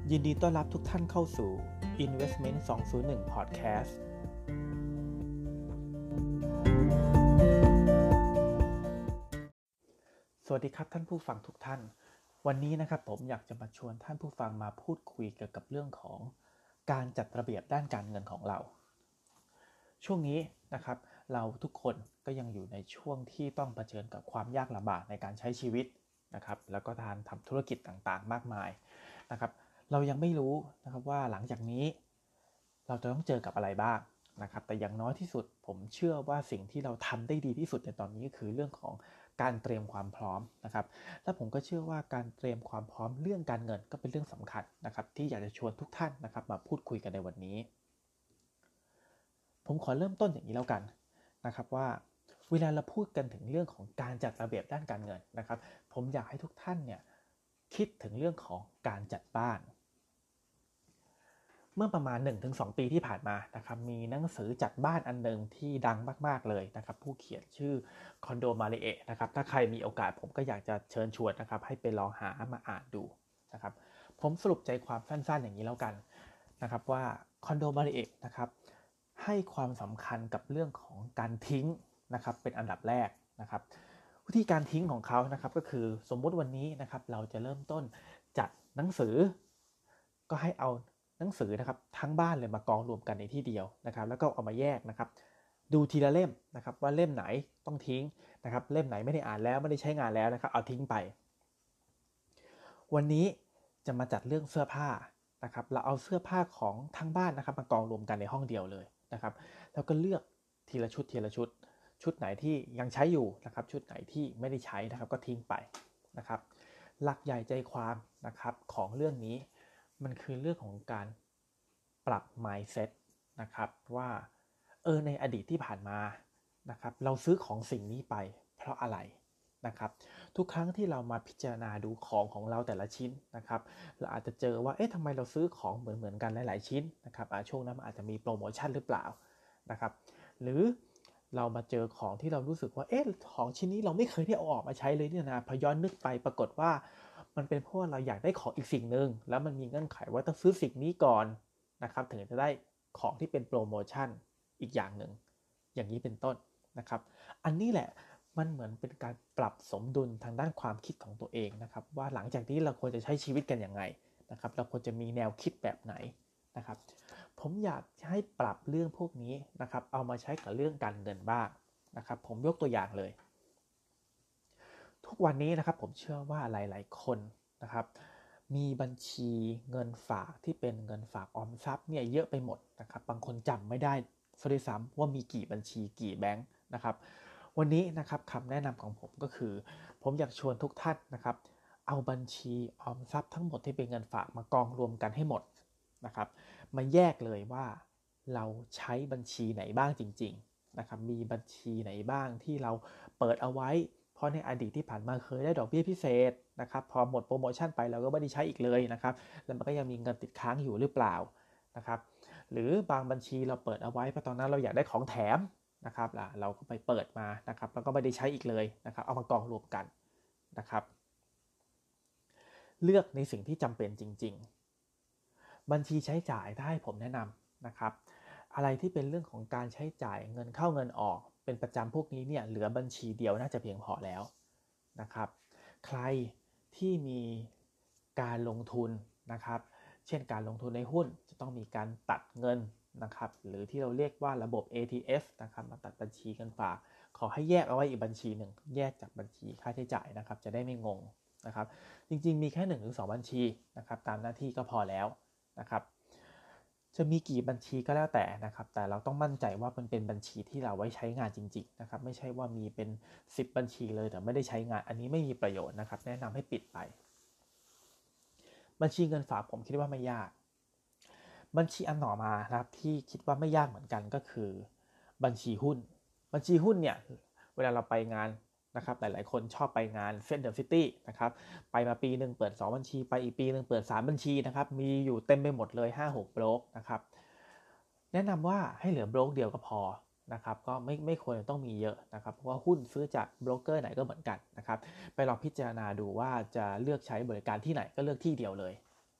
ยินดีต้อนรับทุกท่านเข้าสู่ Investment 201 Podcast สวัสดีครับท่านผู้ฟังทุกท่านวันนี้นะครับผมอยากจะมาชวนท่านผู้ฟังมาพูดคุยเกี่ยวกับเรื่องของการจัดระเบียบด้านการเงินของเราช่วงนี้นะครับเราทุกคนก็ยังอยู่ในช่วงที่ต้องเผชิญกับความยากลำบากในการใช้ชีวิตนะครับแล้วก็ทำธุรกิจต่างๆมากมายนะครับเรายังไม่รู้นะครับว่าหลังจากนี้เราจะต้องเจอกับอะไรบ้างนะครับแต่อย่างน้อยที่สุดผมเชื่อว่าสิ่งที่เราทำได้ดีที่สุดในตอนนี้ก็คือเรื่องของการเตรียมความพร้อมนะครับและผมก็เชื่อว่าการเตรียมความพร้อมเรื่องการเงินก็เป็นเรื่องสำคัญนะครับที่อยากจะชวนทุกท่านนะครับมาพูดคุยกันในวันนี้ผมขอเริ่มต้นอย่างนี้แล้วกันนะครับว่าเวลาเราพูดกันถึงเรื่องของการจัดระเบียบด้านการเงินนะครับผมอยากให้ทุกท่านเนี่ยคิดถึงเรื่องของการจัดบ้านเมื่อประมาณ 1-2 ปีที่ผ่านมานะครับมีหนังสือจัดบ้านอันนึงที่ดังมากๆเลยนะครับผู้เขียนชื่อคอนโดมาริเอะนะครับถ้าใครมีโอกาสผมก็อยากจะเชิญชวนนะครับให้ไปลองหามาอ่านดูนะครับผมสรุปใจความสั้นๆอย่างนี้แล้วกันนะครับว่าคอนโดมาริเอะนะครับให้ความสำคัญกับเรื่องของการทิ้งนะครับเป็นอันดับแรกนะครับวิธีการทิ้งของเขานะครับก็คือสมมติวันนี้นะครับเราจะเริ่มต้นจัดหนังสือก็ให้เอาหนังสือนะครับทั้งบ้านเลยมากองรวมกันในที่เดียวนะครับแล้วก็เอามาแยกนะครับดูทีละเล่มนะครับว่าเล่มไหนต้องทิ้งนะครับเล่มไหนไม่ได้อ่านแล้วไม่ได้ใช้งานแล้วนะครับเอาทิ้งไปวันนี้จะมาจัดเรื่องเสื้อผ้านะครับเราเอาเสื้อผ้าของทั้งบ้านนะครับมากองรวมกันในห้องเดียวเลยนะครับแล้วก็เลือกทีละชุดชุดไหนที่ยังใช้อยู่นะครับชุดไหนที่ไม่ได้ใช้นะครับก็ทิ้งไปนะครับหลักใหญ่ใจความนะครับของเรื่องนี้มันคือเรื่องของการปรับ mindset นะครับว่าในอดีตที่ผ่านมานะครับเราซื้อของสิ่งนี้ไปเพราะอะไรนะครับทุกครั้งที่เรามาพิจารณาดูของเราแต่ละชิ้นนะครับเราอาจจะเจอว่าทำไมเราซื้อของเหมือนกันหลายๆชิ้นนะครับช่วงนั้นมันอาจจะมีโปรโมชั่นหรือเปล่านะครับหรือเรามาเจอของที่เรารู้สึกว่าของชิ้นนี้เราไม่เคยได้เอาออกมาใช้เลยเนี่ยนะพอย้อนนึกไปปรากฏว่ามันเป็นเพราะว่าเราอยากได้ของอีกสิ่งนึงแล้วมันมีเงื่อนไขว่าต้องซื้อสิ่งนี้ก่อนนะครับถึงจะได้ของที่เป็นโปรโมชั่นอีกอย่างหนึ่งอย่างนี้เป็นต้นนะครับอันนี้แหละมันเหมือนเป็นการปรับสมดุลทางด้านความคิดของตัวเองนะครับว่าหลังจากนี้เราควรจะใช้ชีวิตกันยังไงนะครับเราควรจะมีแนวคิดแบบไหนนะครับผมอยากให้ปรับเรื่องพวกนี้นะครับเอามาใช้กับเรื่องการเงินบ้างนะครับผมยกตัวอย่างเลยทุกวันนี้นะครับผมเชื่อว่าหลายๆคนนะครับมีบัญชีเงินฝากที่เป็นเงินฝากออมทรัพย์เนี่ยเยอะไปหมดนะครับบางคนจำไม่ได้ซะด้วยซ้ำว่ามีกี่บัญชีกี่แบงค์นะครับวันนี้นะครับคำแนะนำของผมก็คือผมอยากชวนทุกท่านนะครับเอาบัญชีออมทรัพย์ทั้งหมดที่เป็นเงินฝากมากองรวมกันให้หมดนะครับมาแยกเลยว่าเราใช้บัญชีไหนบ้างจริงๆนะครับมีบัญชีไหนบ้างที่เราเปิดเอาไว้เพราะในอดีตที่ผ่านมาเคยได้ดอกเบี้ยพิเศษนะครับพอหมดโปรโมชั่นไปเราก็ไม่ได้ใช้อีกเลยนะครับแล้วมันก็ยังมีเงินติดค้างอยู่หรือเปล่านะครับหรือบางบัญชีเราเปิดเอาไว้เพราะตอนนั้นเราอยากได้ของแถมนะครับเราก็ไปเปิดมานะครับแล้วก็ไม่ได้ใช้อีกเลยนะครับเอามากองรวมกันนะครับเลือกในสิ่งที่จำเป็นจริงๆบัญชีใช้จ่ายถ้าให้ผมแนะนำนะครับอะไรที่เป็นเรื่องของการใช้จ่ายเงินเข้าเงินออกเป็นประจำพวกนี้เนี่ยเหลือบัญชีเดียวน่าจะเพียงพอแล้วนะครับใครที่มีการลงทุนนะครับเช่นการลงทุนในหุ้นจะต้องมีการตัดเงินนะครับหรือที่เราเรียกว่าระบบ ATF นะครับมาตัดบัญชีเงินฝากขอให้แยกเอาไว้อีกบัญชีหนึ่งแยกจากบัญชีค่าใช้จ่ายนะครับจะได้ไม่งงนะครับจริงๆมีแค่ 1-2 บัญชีนะครับตามหน้าที่ก็พอแล้วนะครับจะมีกี่บัญชีก็แล้วแต่นะครับแต่เราต้องมั่นใจว่ามันเป็นบัญชีที่เราไว้ใช้งานจริงๆนะครับไม่ใช่ว่ามีเป็น10บัญชีเลยแต่ไม่ได้ใช้งานอันนี้ไม่มีประโยชน์นะครับแนะนำให้ปิดไปบัญชีเงินฝากผมคิดว่าไม่ยากบัญชีอันต่อมานะครับที่คิดว่าไม่ยากเหมือนกันก็คือบัญชีหุ้นเนี่ยเวลาเราไปงานนะครับหลายๆคนชอบไปงานเซ็นเตอร์ซิตี้นะครับไปมาปีนึงเปิด2บัญชีไปอีกปีนึงเปิด3บัญชีนะครับมีอยู่เต็มไปหมดเลย 5-6 โบรกนะครับแนะนำว่าให้เหลือโบรกเดียวก็พอนะครับก็ไม่ควรต้องมีเยอะนะครับเพราะว่าหุ้นซื้อจากโบรกเกอร์ไหนก็เหมือนกันนะครับไปลองพิจารณาดูว่าจะเลือกใช้บริการที่ไหนก็เลือกที่เดียวเลย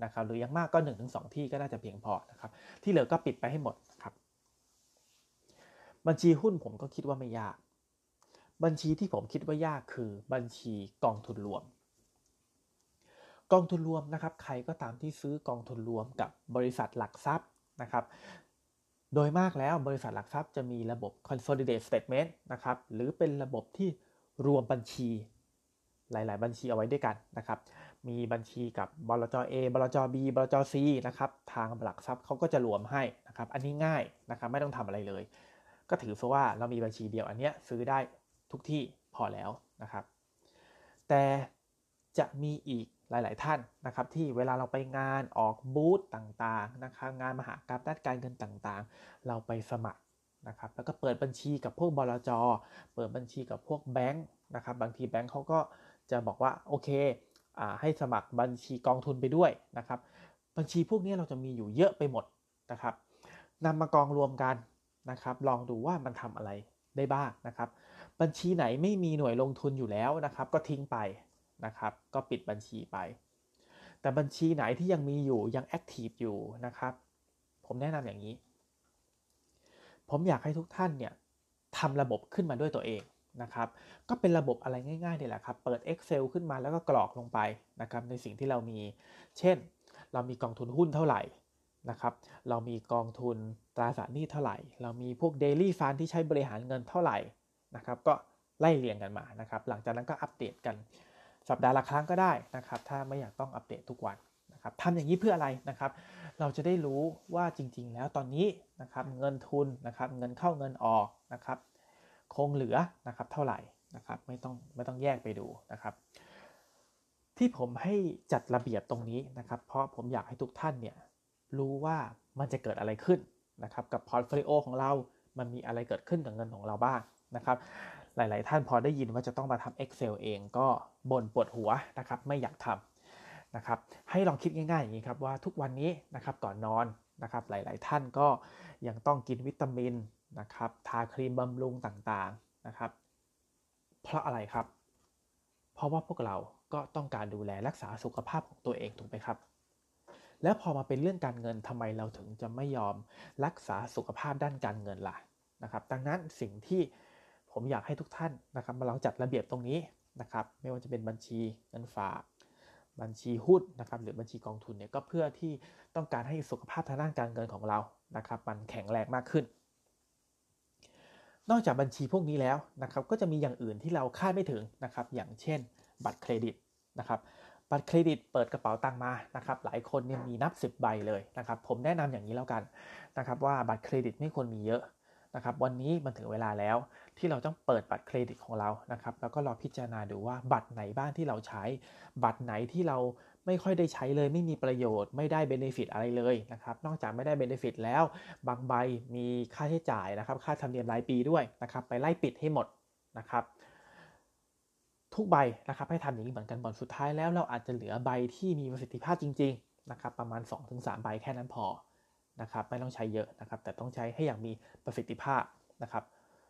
นะครับหรืออย่างมากก็ 1-2 ที่ก็น่าจะเพียงพอนะครับที่เหลือก็ปิดไปให้หมดครับบัญชีหุ้นผมก็คิดว่าไม่ยากบัญชีที่ผมคิดว่ายากคือบัญชีกองทุนรวมกองทุนรวมนะครับใครก็ตามที่ซื้อกองทุนรวมกับบริษัทหลักทรัพย์นะครับโดยมากแล้วบริษัทหลักทรัพย์จะมีระบบ Consolidated Statement นะครับหรือเป็นระบบที่รวมบัญชีหลายๆบัญชีเอาไว้ด้วยกันนะครับมีบัญชีกับบลจ. A บลจ. B บลจ. C นะครับทางหลักทรัพย์เขาก็จะรวมให้นะครับอันนี้ง่ายนะครับไม่ต้องทำอะไรเลยก็ถือซะว่าเรามีบัญชีเดียวอันเนี้ยซื้อได้ทุกที่พอแล้วนะครับแต่จะมีอีกหลายๆท่านนะครับที่เวลาเราไปงานออกบูธต่างๆนะครับงานมหกรรมด้านการเงินต่างๆเราไปสมัครนะครับแล้วก็เปิดบัญชีกับพวกบลจ.เปิดบัญชีกับพวกแบงค์นะครับบางทีแบงค์เขาก็จะบอกว่าโอเคให้สมัครบัญชีกองทุนไปด้วยนะครับบัญชีพวกนี้เราจะมีอยู่เยอะไปหมดนะครับนำมากองรวมกันนะครับลองดูว่ามันทำอะไรได้บ้างนะครับบัญชีไหนไม่มีหน่วยลงทุนอยู่แล้วนะครับก็ทิ้งไปนะครับก็ปิดบัญชีไปแต่บัญชีไหนที่ยังมีอยู่ยังแอคทีฟอยู่นะครับผมแนะนำอย่างนี้ผมอยากให้ทุกท่านเนี่ยทำระบบขึ้นมาด้วยตัวเองนะครับก็เป็นระบบอะไรง่ายๆนี่แหละครับเปิด Excel ขึ้นมาแล้วก็กรอกลงไปนะครับในสิ่งที่เรามีเช่นเรามีกองทุนหุ้นเท่าไหร่นะครับเรามีกองทุนตราสารหนี้เท่าไหร่เรามีพวก Daily Fund ที่ใช้บริหารเงินเท่าไหร่นะครับก็ไล่เรียงกันมานะครับหลังจากนั้นก็อัปเดตกันสัปดาห์ละครั้งก็ได้นะครับถ้าไม่อยากต้องอัปเดตทุกวันนะครับทำอย่างนี้เพื่ออะไรนะครับเราจะได้รู้ว่าจริงๆแล้วตอนนี้นะครับเงินทุนนะครับเงินเข้าเงินออกนะครับคงเหลือนะครับเท่าไหร่นะครับไม่ต้องแยกไปดูนะครับที่ผมให้จัดระเบียบตรงนี้นะครับเพราะผมอยากให้ทุกท่านเนี่ยรู้ว่ามันจะเกิดอะไรขึ้นนะครับกับพอร์ตโฟลิโอของเรามันมีอะไรเกิดขึ้นกับเงินของเราบ้างนะครับหลายๆท่านพอได้ยินว่าจะต้องมาทำ Excel เองก็บ่นปวดหัวนะครับไม่อยากทำนะครับให้ลองคิดง่ายๆอย่างนี้ครับว่าทุกวันนี้นะครับก่อนนอนนะครับหลายๆท่านก็ยังต้องกินวิตามินนะครับทาครีมบำรุงต่างๆนะครับเพราะอะไรครับเพราะว่าพวกเราก็ต้องการดูแลรักษาสุขภาพของตัวเองถูกไหมครับแล้วพอมาเป็นเรื่องการเงินทำไมเราถึงจะไม่ยอมรักษาสุขภาพด้านการเงินล่ะนะครับดังนั้นสิ่งที่ผมอยากให้ทุกท่านนะครับมาลองจัดระเบียบตรงนี้นะครับไม่ว่าจะเป็นบัญชีเงินฝากบัญชีหุ้นนะครับหรือบัญชีกองทุนเนี่ยก็เพื่อที่ต้องการให้สุขภาพทางด้านการเงินของเรานะครับมันแข็งแรงมากขึ้นนอกจากบัญชีพวกนี้แล้วนะครับก็จะมีอย่างอื่นที่เราคาดไม่ถึงนะครับอย่างเช่นบัตรเครดิตนะครับบัตรเครดิตเปิดกระเป๋าตังค์มานะครับหลายคนเนี่ยมีนับ10ใบเลยนะครับผมแนะนำอย่างนี้แล้วกันนะครับว่าบัตรเครดิตไม่ควรมีเยอะนะครับวันนี้มันถึงเวลาแล้วที่เราต้องเปิดบัตรเครดิตของเรานะครับแล้วก็ลองพิจารณาดูว่าบัตรไหนบ้างที่เราใช้บัตรไหนที่เราไม่ค่อยได้ใช้เลยไม่มีประโยชน์ไม่ได้เบเนฟิตอะไรเลยนะครับนอกจากไม่ได้เบเนฟิตแล้วบางใบมีค่าใช้จ่ายนะครับค่าธรรมเนียมรายปีด้วยนะครับไปไล่ปิดให้หมดนะครับทุกใบนะครับให้ทำอย่างนี้เหมือนกันบอลสุดท้ายแล้วเราอาจจะเหลือใบที่มีประสิทธิภาพจริงๆนะครับประมาณ 2-3 ใบแค่นั้นพอนะครับไม่ต้องใช้เยอะนะครับแต่ต้องใช้ให้อย่างมีประสิทธิภาพนะครับ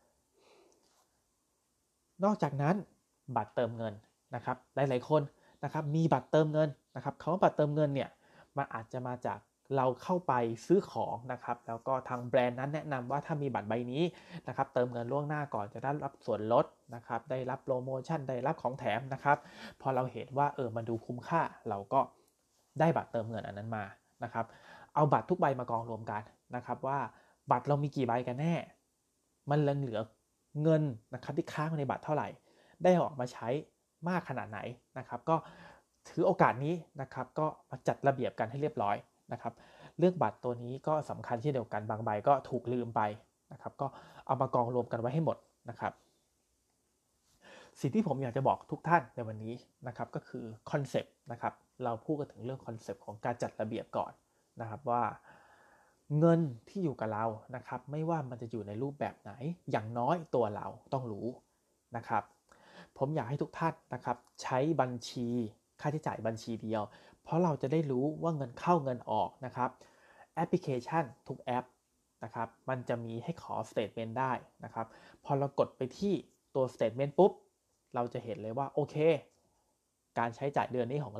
นอกจากนั้นบัตรเติมเงินนะครับหลายๆคนนะครับมีบัตรเติมเงินนะครับคำว่าบัตรเติมเงินเนี่ยมันอาจจะมาจากเราเข้าไปซื้อของนะครับแล้วก็ทางแบรนด์นั้นแนะนำว่าถ้ามีบัตรใบนี้นะครับเติมเงินล่วงหน้าก่อนจะได้รับส่วนลดนะครับได้รับโปรโมชั่นได้รับของแถมนะครับพอเราเห็นว่ามันดูคุ้มค่าเราก็ได้บัตรเติมเงินอันนั้นมานะครับเอาบัตรทุกใบมากองรวมกันนะครับว่าบัตรเรามีกี่ใบกันแน่มันเหลือเงินนะครับที่ค้างในบัตรเท่าไหร่ได้ออกมาใช้มากขนาดไหนนะครับก็ถือโอกาสนี้นะครับก็มาจัดระเบียบกันให้เรียบร้อยนะครับเรื่องบัตรตัวนี้ก็สำคัญเช่นเดียวกันบางใบก็ถูกลืมไปนะครับก็เอามากองรวมกันไว้ให้หมดนะครับสิ่งที่ผมอยากจะบอกทุกท่านในวันนี้นะครับก็คือคอนเซปต์นะครับเราพูดกันถึงเรื่องคอนเซปต์ของการจัดระเบียบก่อนนะครับว่าเงินที่อยู่กับเรานะครับไม่ว่ามันจะอยู่ในรูปแบบไหนอย่างน้อยตัวเราต้องรู้นะครับผมอยากให้ทุกท่านนะครับใช้บัญชีค่าใช้จ่ายบัญชีเดียวเพราะเราจะได้รู้ว่าเงินเข้าเงินออกนะครับแอปพลิเคชันทุกแอปนะครับมันจะมีให้ขอสเตทเมนต์ได้นะครับพอเรากดไปที่ตัวสเตทเมนต์ปุ๊บเราจะเห็นเลยว่าโอเคการใช้จ่ายเดือนนี้ของเรา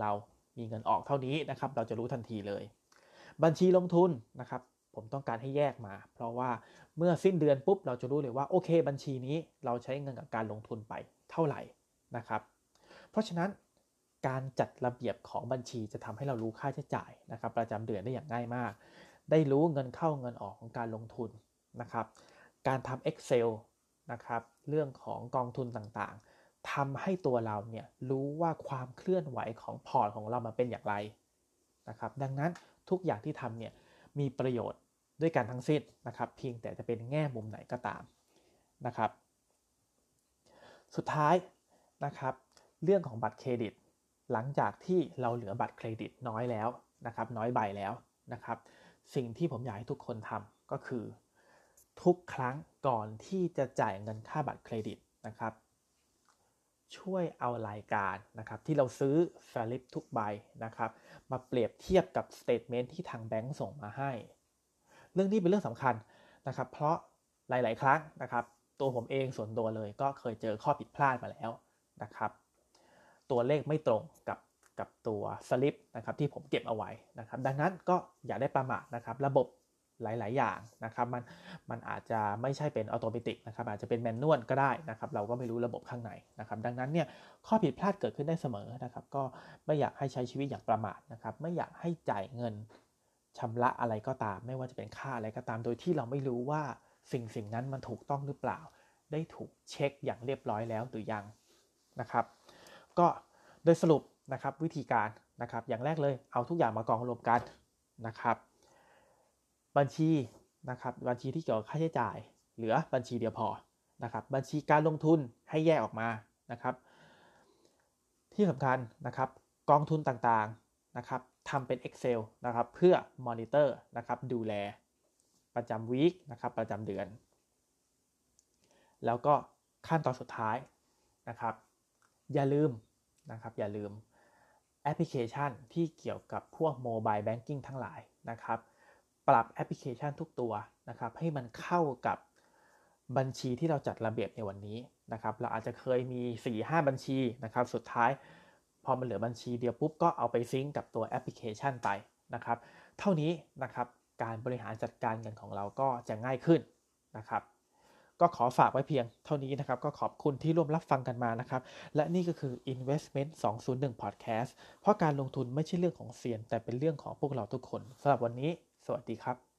มีเงินออกเท่านี้นะครับเราจะรู้ทันทีเลยบัญชีลงทุนนะครับผมต้องการให้แยกมาเพราะว่าเมื่อสิ้นเดือนปุ๊บเราจะรู้เลยว่าโอเคบัญชีนี้เราใช้เงินกับการลงทุนไปเท่าไหร่นะครับเพราะฉะนั้นการจัดระเบียบของบัญชีจะทำให้เรารู้ค่าใช้จ่ายนะครับประจำเดือนได้อย่างง่ายมากได้รู้เงินเข้าเงินออกของการลงทุนนะครับการทำ Excel นะครับเรื่องของกองทุนต่างๆทำให้ตัวเราเนี่ยรู้ว่าความเคลื่อนไหวของพอร์ตของเรามันเป็นอย่างไรนะครับดังนั้นทุกอย่างที่ทำเนี่ยมีประโยชน์ด้วยกันทั้งสิ้นนะครับเพียงแต่จะเป็นแง่มุมไหนก็ตามนะครับสุดท้ายนะครับเรื่องของบัตรเครดิตหลังจากที่เราเหลือบัตรเครดิตน้อยแล้วนะครับน้อยใบแล้วนะครับสิ่งที่ผมอยากให้ทุกคนทำก็คือทุกครั้งก่อนที่จะจ่ายเงินค่าบัตรเครดิตนะครับช่วยเอารายการนะครับที่เราซื้อสลิปทุกใบนะครับมาเปรียบเทียบกับสเตทเมนต์ที่ทางแบงก์ส่งมาให้เรื่องนี้เป็นเรื่องสำคัญนะครับเพราะหลายๆครั้งนะครับตัวผมเองส่วนตัวเลยก็เคยเจอข้อผิดพลาดมาแล้วนะครับตัวเลขไม่ตรงกับตัวสลิปนะครับที่ผมเก็บเอาไว้นะครับดังนั้นก็อย่าได้ประมาทนะครับระบบหลายๆอย่างนะครับมันอาจจะไม่ใช่เป็นออโตเมติกนะครับอาจจะเป็นแมนนวลก็ได้นะครับเราก็ไม่รู้ระบบข้างในนะครับดังนั้นเนี่ยข้อผิดพลาดเกิดขึ้นได้เสมอนะครับก็ไม่อยากให้ใช้ชีวิตอย่างประมาทนะครับไม่อยากให้จ่ายเงินชำระอะไรก็ตามไม่ว่าจะเป็นค่าอะไรก็ตามโดยที่เราไม่รู้ว่าสิ่งนั้นมันถูกต้องหรือเปล่าได้ถูกเช็คอย่างเรียบร้อยแล้วหรือยังนะครับก็โดยสรุปนะครับวิธีการนะครับอย่างแรกเลยเอาทุกอย่างมากองรวมกันนะครับบัญชีนะครับบัญชีที่เกี่ยวกับค่าใช้จ่ายเหลือบัญชีเดียวพอนะครับบัญชีการลงทุนให้แยกออกมานะครับที่สำคัญนะครับกองทุนต่างๆนะครับทำเป็น Excel นะครับเพื่อมอนิเตอร์นะครับดูแลประจำวีคนะครับประจำเดือนแล้วก็ขั้นตอนสุดท้ายนะครับอย่าลืมแอปพลิเคชันที่เกี่ยวกับพวกโมบายแบงกิ้งทั้งหลายนะครับปรับแอปพลิเคชันทุกตัวนะครับให้มันเข้ากับบัญชีที่เราจัดระเบียบในวันนี้นะครับเราอาจจะเคยมี 4-5 บัญชีนะครับสุดท้ายพอมันเหลือบัญชีเดียวปุ๊บก็เอาไปซิงก์กับตัวแอปพลิเคชันไปนะครับเท่านี้นะครับการบริหารจัดการเงินของเราก็จะง่ายขึ้นนะครับก็ขอฝากไว้เพียงเท่านี้นะครับก็ขอบคุณที่ร่วมรับฟังกันมานะครับและนี่ก็คือ Investment 201 Podcast เพราะการลงทุนไม่ใช่เรื่องของเซียนแต่เป็นเรื่องของพวกเราทุกคนสำหรับวันนี้สวัสดีครับ